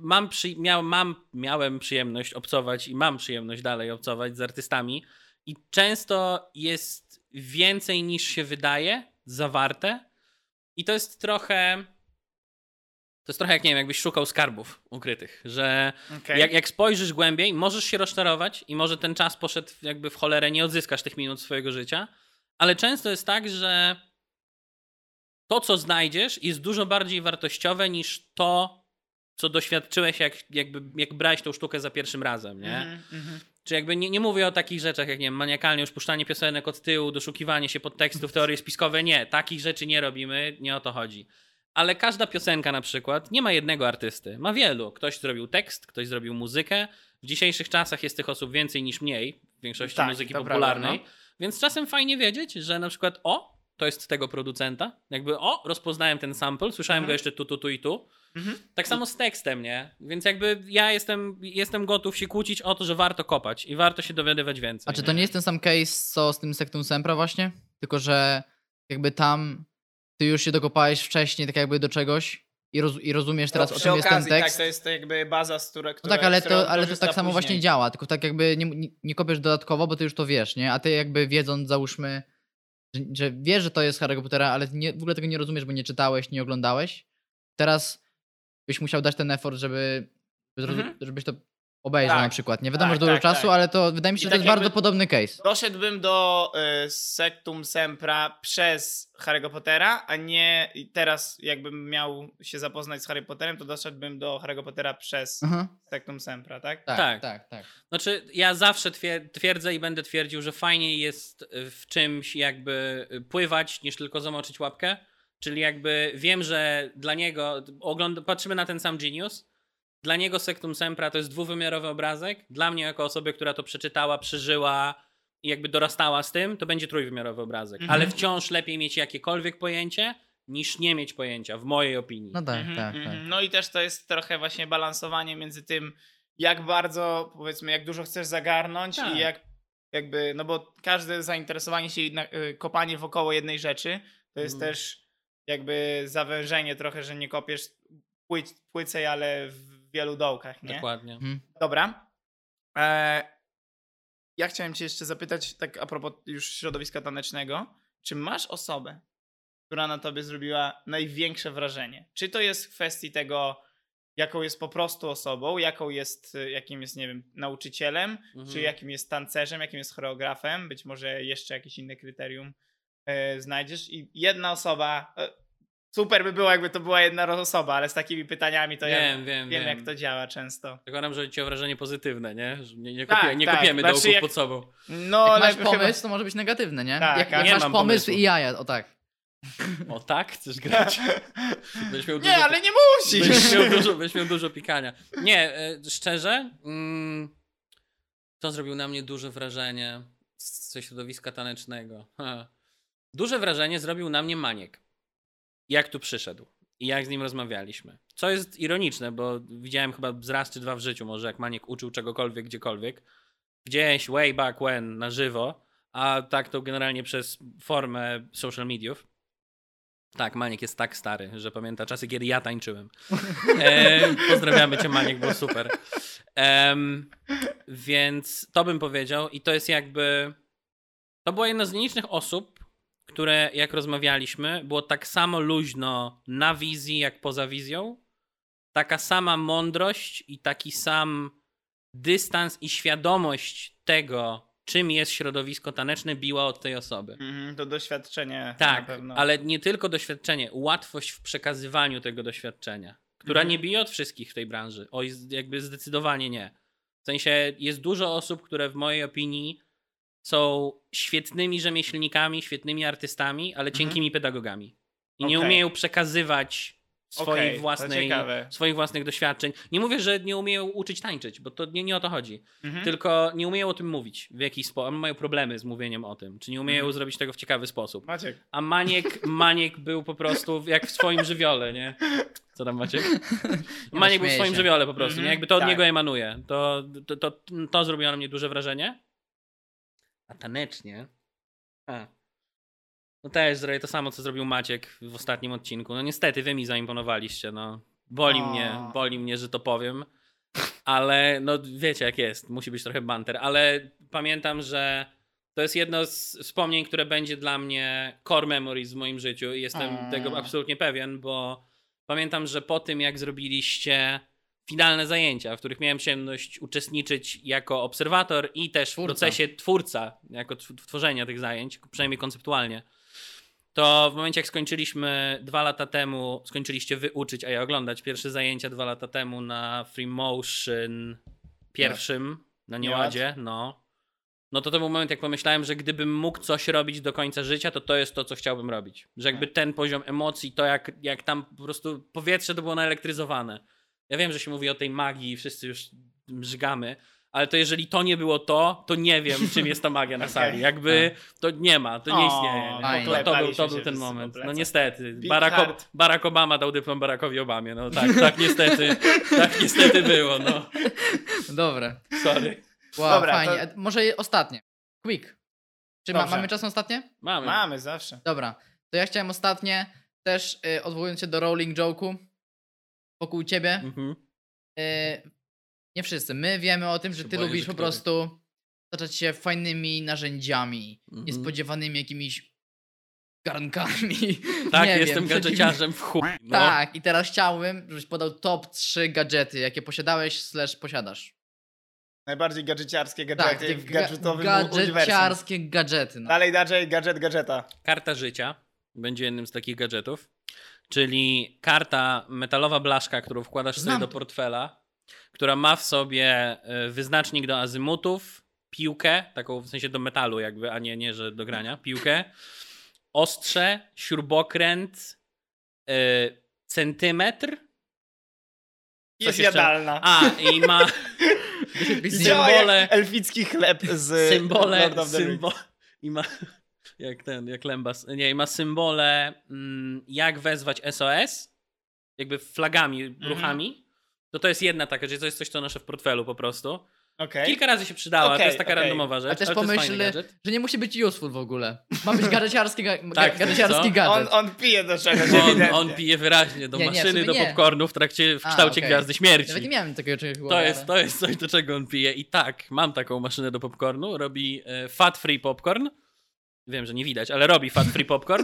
miałem przyjemność obcować i mam przyjemność dalej obcować z artystami i często jest więcej niż się wydaje zawarte i to jest trochę jak, nie wiem, jakbyś szukał skarbów ukrytych, że jak spojrzysz głębiej, możesz się rozczarować i może ten czas poszedł jakby w cholerę, nie odzyskasz tych minut swojego życia, ale często jest tak, że to, co znajdziesz, jest dużo bardziej wartościowe niż to, co doświadczyłeś, jak brałeś tą sztukę za pierwszym razem, nie? Czy jakby nie mówię o takich rzeczach, jak nie wiem, maniakalnie już puszczanie piosenek od tyłu, doszukiwanie się podtekstów, teorie spiskowe, nie. Takich rzeczy nie robimy, nie o to chodzi. Ale każda piosenka na przykład nie ma jednego artysty, ma wielu. Ktoś zrobił tekst, ktoś zrobił muzykę. W dzisiejszych czasach jest tych osób więcej niż mniej, w większości muzyki popularnej. Prawda, no. Więc czasem fajnie wiedzieć, że na przykład to jest tego producenta. Jakby rozpoznałem ten sample, słyszałem go jeszcze tu i tu. Tak samo z tekstem, nie? Więc jakby ja jestem gotów się kłócić o to, że warto kopać i warto się dowiadywać więcej. A czy to nie jest ten sam case, co z tym Sectum Sempra właśnie? Tylko, że jakby tam ty już się dokopałeś wcześniej tak jakby do czegoś i rozumiesz teraz, o czym jest ten tekst. Tak, to jest jakby baza, z której... No tak, ale to tak samo właśnie działa, tylko tak jakby nie kopiesz dodatkowo, bo ty już to wiesz, nie? A ty jakby wiedząc, załóżmy, że wiesz, że to jest Harry'ego Pottera, ale w ogóle tego nie rozumiesz, bo nie czytałeś, nie oglądałeś. Teraz byś musiał dać ten effort, żebyś to obejrzał na przykład. Nie wiadomo, że dużo czasu, ale to wydaje mi się, że to jest bardzo podobny case. Doszedłbym do Sectum Sempra przez Harry'ego Pottera, a nie teraz jakbym miał się zapoznać z Harry Potterem, to doszedłbym do Harry'ego Pottera przez Sectum Sempra, tak? Tak. Znaczy, ja zawsze twierdzę i będę twierdził, że fajniej jest w czymś jakby pływać, niż tylko zamoczyć łapkę. Czyli jakby wiem, że dla niego, patrzymy na ten sam genius, dla niego Sectum Sempra to jest dwuwymiarowy obrazek, dla mnie jako osoby, która to przeczytała, przeżyła i jakby dorastała z tym, to będzie trójwymiarowy obrazek. Ale wciąż lepiej mieć jakiekolwiek pojęcie, niż nie mieć pojęcia, w mojej opinii. No tak. No i też to jest trochę właśnie balansowanie między tym, jak bardzo, powiedzmy, jak dużo chcesz zagarnąć i jakby, no bo każde zainteresowanie się, kopanie wokoło jednej rzeczy, to jest też jakby zawężenie trochę, że nie kopiesz płycej, ale w wielu dołkach, nie? Dokładnie. Dobra. Ja chciałem cię jeszcze zapytać, tak a propos już środowiska tanecznego, czy masz osobę, która na tobie zrobiła największe wrażenie? Czy to jest w kwestii tego, jaką jest po prostu osobą, jakim jest, nie wiem, nauczycielem, czy jakim jest tancerzem, jakim jest choreografem, być może jeszcze jakieś inne kryterium znajdziesz i jedna osoba... Super by było, jakby to była jedna osoba, ale z takimi pytaniami to wiem, jak to działa często. Zakładam, że ci o wrażenie pozytywne, nie? Że nie Znaczy kopiemy dołków pod sobą. No, jak masz pomysł, to może być negatywny, nie? Tak, jak masz pomysł i jaja, o tak. O tak? Chcesz grać? Ale nie musisz! Będziesz miał dużo pikania. Nie, szczerze, to zrobił na mnie duże wrażenie ze środowiska tanecznego. Duże wrażenie zrobił na mnie Maniek. Jak tu przyszedł i jak z nim rozmawialiśmy. Co jest ironiczne, bo widziałem chyba z raz czy dwa w życiu może, jak Maniek uczył czegokolwiek, gdziekolwiek. Gdzieś way back when na żywo, a tak to generalnie przez formę social mediów. Tak, Maniek jest tak stary, że pamięta czasy, kiedy ja tańczyłem. Pozdrawiamy cię, Maniek, było super. Więc to bym powiedział i to jest jakby... To była jedna z nielicznych osób, które jak rozmawialiśmy, było tak samo luźno na wizji, jak poza wizją. Taka sama mądrość i taki sam dystans i świadomość tego, czym jest środowisko taneczne, biła od tej osoby. To doświadczenie na Tak, pewno. ale nie tylko doświadczenie, łatwość w przekazywaniu tego doświadczenia, która nie bije od wszystkich w tej branży. Oj, jakby zdecydowanie nie. W sensie jest dużo osób, które w mojej opinii są świetnymi rzemieślnikami, świetnymi artystami, ale cienkimi pedagogami. I nie Okej. umieją przekazywać Okej, to ciekawe. swoich własnych doświadczeń. Nie mówię, że nie umieją uczyć tańczyć, bo to nie o to chodzi. Mhm. Tylko nie umieją o tym mówić w jakiś sposób. Mają problemy z mówieniem o tym. Czy nie umieją zrobić tego w ciekawy sposób. Maciek. A Maniek był po prostu jak w swoim żywiole, nie? Co tam, Maciek? Maniek był w śmieję swoim się. żywiole po prostu, nie? Jakby to od tak. niego emanuje. To zrobiło na mnie duże wrażenie. A tanecznie? No też zrobię to samo, co zrobił Maciek w ostatnim odcinku. No niestety, wy mi zaimponowaliście, no. Boli mnie, że to powiem. Ale no wiecie jak jest, musi być trochę banter. Ale pamiętam, że to jest jedno z wspomnień, które będzie dla mnie core memories w moim życiu i jestem tego absolutnie pewien, bo pamiętam, że po tym jak zrobiliście finalne zajęcia, w których miałem przyjemność uczestniczyć jako obserwator i też w procesie twórca, jako tworzenia tych zajęć, przynajmniej konceptualnie, to w momencie jak skończyliśmy 2 lata temu, skończyliście wy uczyć, a ja oglądać pierwsze zajęcia 2 lata temu na Free Motion pierwszym, na Nieładzie, no to był moment, jak pomyślałem, że gdybym mógł coś robić do końca życia, to jest to, co chciałbym robić. Że jakby ten poziom emocji, to jak tam po prostu powietrze to było naelektryzowane. Ja wiem, że się mówi o tej magii i wszyscy już żygamy, ale to jeżeli to nie było to nie wiem, czym jest ta magia na sali. Jakby to nie ma, to nie istnieje. fajnie. To był ten moment. No niestety. Big heart. Barack Obama dał dyplom Barackowi Obamie. No tak niestety było, no. Dobre. Sorry. Wow, Dobra, fajnie. Może ostatnie. Quick. Czy Dobrze. mamy czas na ostatnie? Mamy zawsze. Dobra. To ja chciałem ostatnie, też odwołując się do Rolling Joke'u, wokół ciebie. Mhm. Nie wszyscy. My wiemy o tym, że ty boję, lubisz że po który. prostu otaczać się fajnymi narzędziami, Mhm. niespodziewanymi jakimiś garnkami. Tak, Nie jestem wiem, gadżeciarzem w chuj. No. Tak, i teraz chciałbym, żebyś podał top 3 gadżety, jakie posiadałeś / posiadasz. Najbardziej gadżeciarskie Tak, gadżety w gadżetowym uniwersum. gadżeciarskie gadżety. No. Dalej, gadżeta. Karta życia będzie jednym z takich gadżetów, czyli karta, metalowa blaszka, którą wkładasz sobie Znam do to. portfela, która ma w sobie wyznacznik do azymutów, piłkę, taką w sensie do metalu jakby, a nie że do grania, piłkę, ostrze, śrubokręt, centymetr. Jest jeszcze? jadalna. I ma Działa symbole, jak elficki chleb z Lord of the Rings. i ma jak Lembas, nie, i ma symbole jak wezwać SOS, jakby flagami, ruchami. To jest jedna taka rzecz, to jest coś, co noszę w portfelu po prostu. Okej. Kilka razy się przydała, to jest taka randomowa rzecz, A też ale to jest pomyśl, fajny gadżet. że nie musi być useful w ogóle. Ma być gadżeciarski, Tak, gadżeciarski co? gadżet. On pije do czegoś, On ewidentnie. pije wyraźnie do Nie, w maszyny, sumie do nie. popcornu w kształcie okej. Gwiazdy Śmierci. Nawet nie miałem takiego czegoś w głowie, To jest coś, do czego on pije. I tak, mam taką maszynę do popcornu. Robi fat free popcorn. Wiem, że nie widać, ale robi fat free popcorn.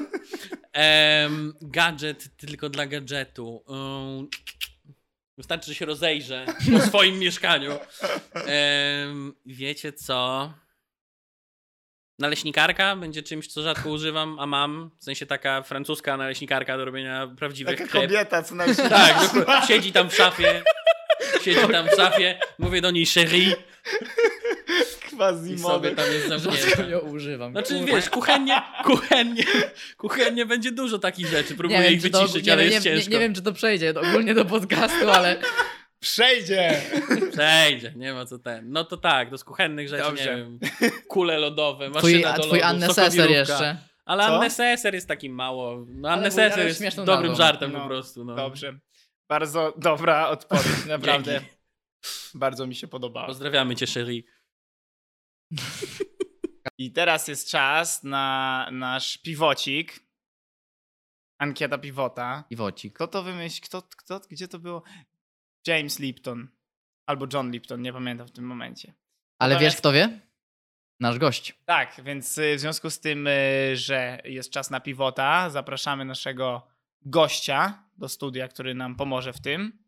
Gadżet tylko dla gadżetu. Wystarczy, że się rozejrzę po swoim mieszkaniu. Wiecie co? Naleśnikarka będzie czymś, co rzadko używam, a mam. W sensie taka francuska naleśnikarka do robienia prawdziwych Taka krep. kobieta, co nam się... Tak, siedzi tam w szafie, mówię do niej chérie Quasi i sobie tam jest Rzadko zamknięta. ją używam. Znaczy Kurwa. wiesz, kuchennie będzie dużo takich rzeczy, Nie próbuję wiem, ich czy to- wyciszyć, nie ale wiem, jest ciężko. Nie wiem, czy to przejdzie ogólnie do podcastu, ale Przejdzie! Przejdzie, nie ma co ten. No to tak, do z kuchennych rzeczy, Dobrze. nie wiem, kule lodowe, maszyna do twój lodów, unnecessary sokowirówka. jeszcze. Ale Co? unnecessary jest takim mało, no Ale unnecessary ale jest śmieszną dobrym nazwą. żartem No, po prostu. No. Dobrze. Bardzo dobra odpowiedź, naprawdę. Dzięki. Bardzo mi się podobało. Pozdrawiamy cię, Sherry. I teraz jest czas na nasz piwocik. Ankieta pivota. Piwocik. Kto to wymyślił? Gdzie to było? James Lipton. Albo John Lipton, nie pamiętam w tym momencie. Ale Natomiast- wiesz kto wie? Nasz gość. Tak, więc w związku z tym, że jest czas na pivota, zapraszamy naszego gościa do studia, który nam pomoże w tym.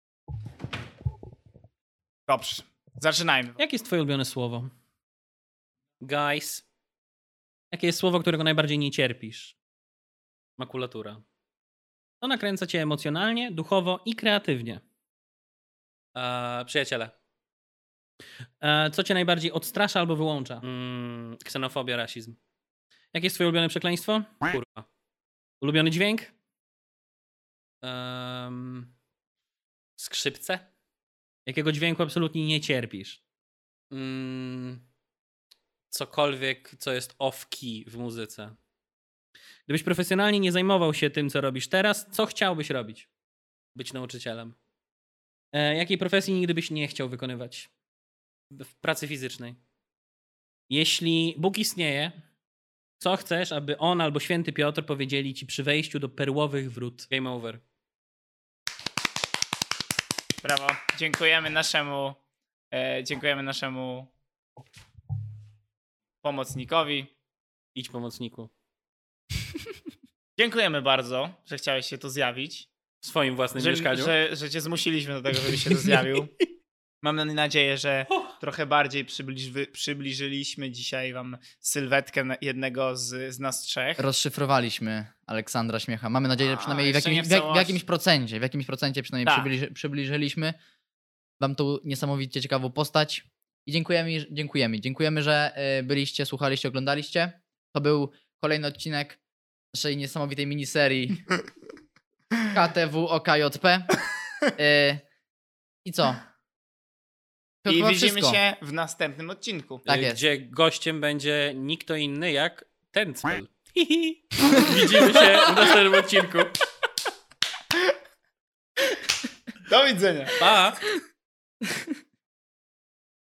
Dobrze, zaczynajmy. Jakie jest twoje ulubione słowo? Guys. Jakie jest słowo, którego najbardziej nie cierpisz? Makulatura. To nakręca cię emocjonalnie, duchowo i kreatywnie. Przyjaciele. Co cię najbardziej odstrasza albo wyłącza? Ksenofobia, rasizm. Jakie jest twoje ulubione przekleństwo? Kurwa. Ulubiony dźwięk? Skrzypce? Jakiego dźwięku absolutnie nie cierpisz? Cokolwiek, co jest off-key w muzyce. Gdybyś profesjonalnie nie zajmował się tym, co robisz teraz, co chciałbyś robić? Być nauczycielem. Jakiej profesji nigdy byś nie chciał wykonywać? W pracy fizycznej. Jeśli Bóg istnieje, co chcesz, aby on albo święty Piotr powiedzieli ci przy wejściu do perłowych wrót? Game over. Brawo. Dziękujemy naszemu pomocnikowi. Idź, pomocniku. Dziękujemy bardzo, że chciałeś się tu zjawić. W swoim własnym mieszkaniu. Że cię zmusiliśmy do tego, żebyś się tu zjawił. Mam nadzieję, że trochę bardziej przybliżyliśmy dzisiaj wam sylwetkę jednego z nas trzech. Rozszyfrowaliśmy Aleksandra Śmiecha. Mamy nadzieję, że przynajmniej w jeszcze nie jakimś, w w jakimś procencie przynajmniej Tak. przybliżyliśmy wam tą niesamowicie ciekawą postać. I dziękujemy, że byliście, słuchaliście, oglądaliście. To był kolejny odcinek naszej niesamowitej miniserii KTW OKJP. I co? To I chyba widzimy wszystko. się w następnym odcinku. Tak jest. Gdzie gościem będzie nikt inny jak ten cel. Widzimy się w następnym odcinku. Do widzenia. Pa!